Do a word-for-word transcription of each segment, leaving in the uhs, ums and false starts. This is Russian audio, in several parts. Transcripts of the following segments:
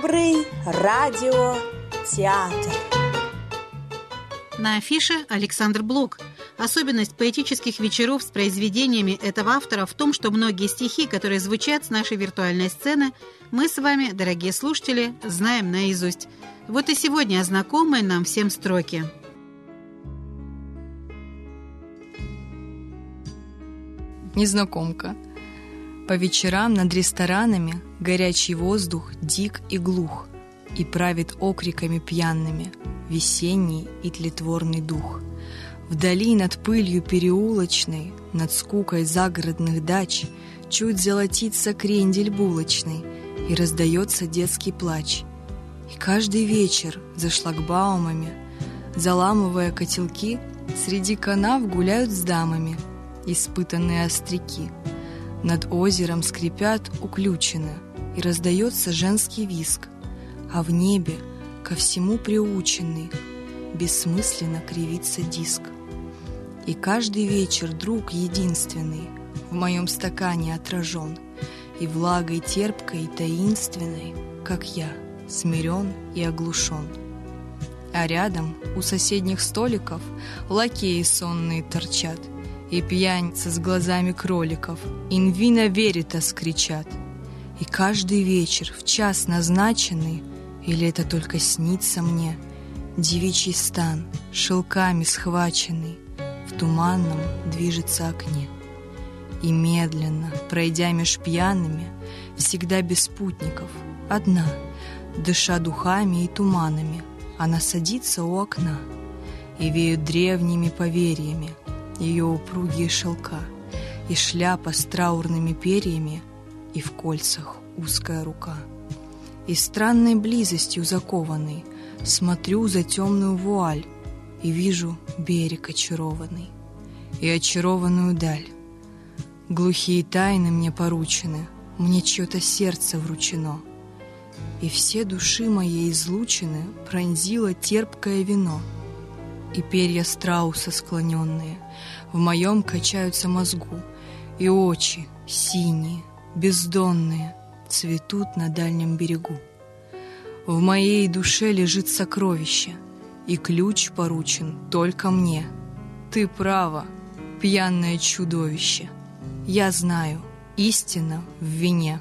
Добрый радиотеатр. На афише Александр Блок. Особенность поэтических вечеров с произведениями этого автора в том, что многие стихи, которые звучат с нашей виртуальной сцены, мы с вами, дорогие слушатели, знаем наизусть. Вот и сегодня знакомые нам всем строки. Незнакомка. По вечерам над ресторанами горячий воздух дик и глух, и правит окриками пьяными весенний и тлетворный дух. Вдали над пылью переулочной, над скукой загородных дач чуть золотится крендель булочный, и раздается детский плач. И каждый вечер за шлагбаумами, заламывая котелки, среди канав гуляют с дамами испытанные остряки. Над озером скрипят уключины, и раздается женский визг, а в небе, ко всему приученный, бессмысленно кривится диск. И каждый вечер друг единственный в моем стакане отражен, и влагой терпкой и таинственной, как я, смирен и оглушен. А рядом у соседних столиков лакеи сонные торчат, и пьяницы с глазами кроликов «In vino veritas» кричат. И каждый вечер в час назначенный, или это только снится мне, девичий стан, шелками схваченный, в туманном движется окне. И медленно, пройдя меж пьяными, всегда без спутников, одна, дыша духами и туманами, она садится у окна, и веют древними поверьями ее упругие шелка, и шляпа с траурными перьями, и в кольцах узкая рука. И странной близостью закованной смотрю за темную вуаль и вижу берег очарованный и очарованную даль. Глухие тайны мне поручены, мне чье-то сердце вручено, и все души моей излучины пронзило терпкое вино. И перья страуса склоненные в моем качаются мозгу, и очи синие, бездонные, цветут на дальнем берегу. В моей душе лежит сокровище, и ключ поручен только мне. Ты права, пьяное чудовище, я знаю, истина в вине.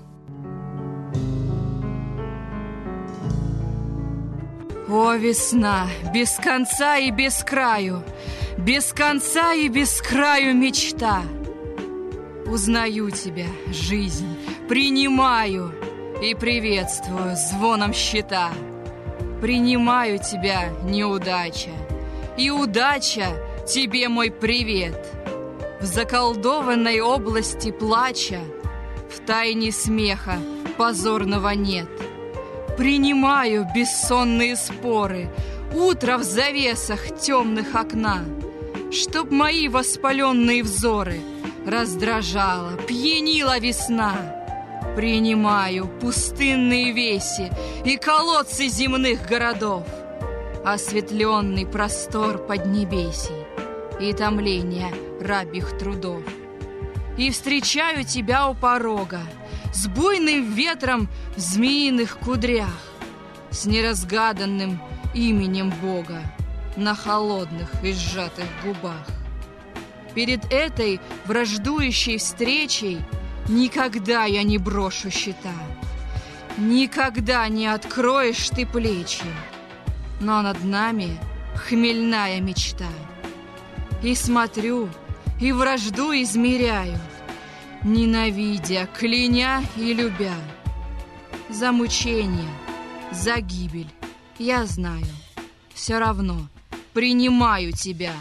О, весна, без конца и без краю, без конца и без краю мечта. Узнаю тебя, жизнь, принимаю и приветствую звоном щита. Принимаю тебя, неудача, и удача тебе мой привет. В заколдованной области плача, в тайне смеха позорного нет. Принимаю бессонные споры, утро в завесах темных окна, чтоб мои воспаленные взоры раздражала, пьянила весна. Принимаю пустынные веси и колодцы земных городов, осветленный простор поднебесий и томление рабьих трудов. И встречаю тебя у порога с буйным ветром в змеиных кудрях, с неразгаданным именем Бога на холодных и сжатых губах. Перед этой враждующей встречей никогда я не брошу щита, никогда не откроешь ты плечи, но над нами хмельная мечта. И смотрю, и вражду измеряю, ненавидя, кляня и любя. За мучение, за гибель, я знаю, все равно принимаю тебя.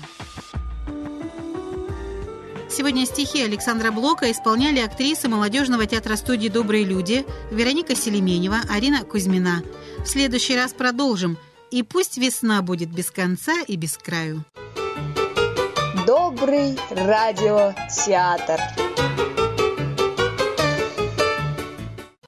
Сегодня стихи Александра Блока исполняли актрисы молодежного театра-студии «Добрые люди» Вероника Селеменева, Арина Кузьмина. В следующий раз продолжим. И пусть весна будет без конца и без краю. Добрый радиотеатр.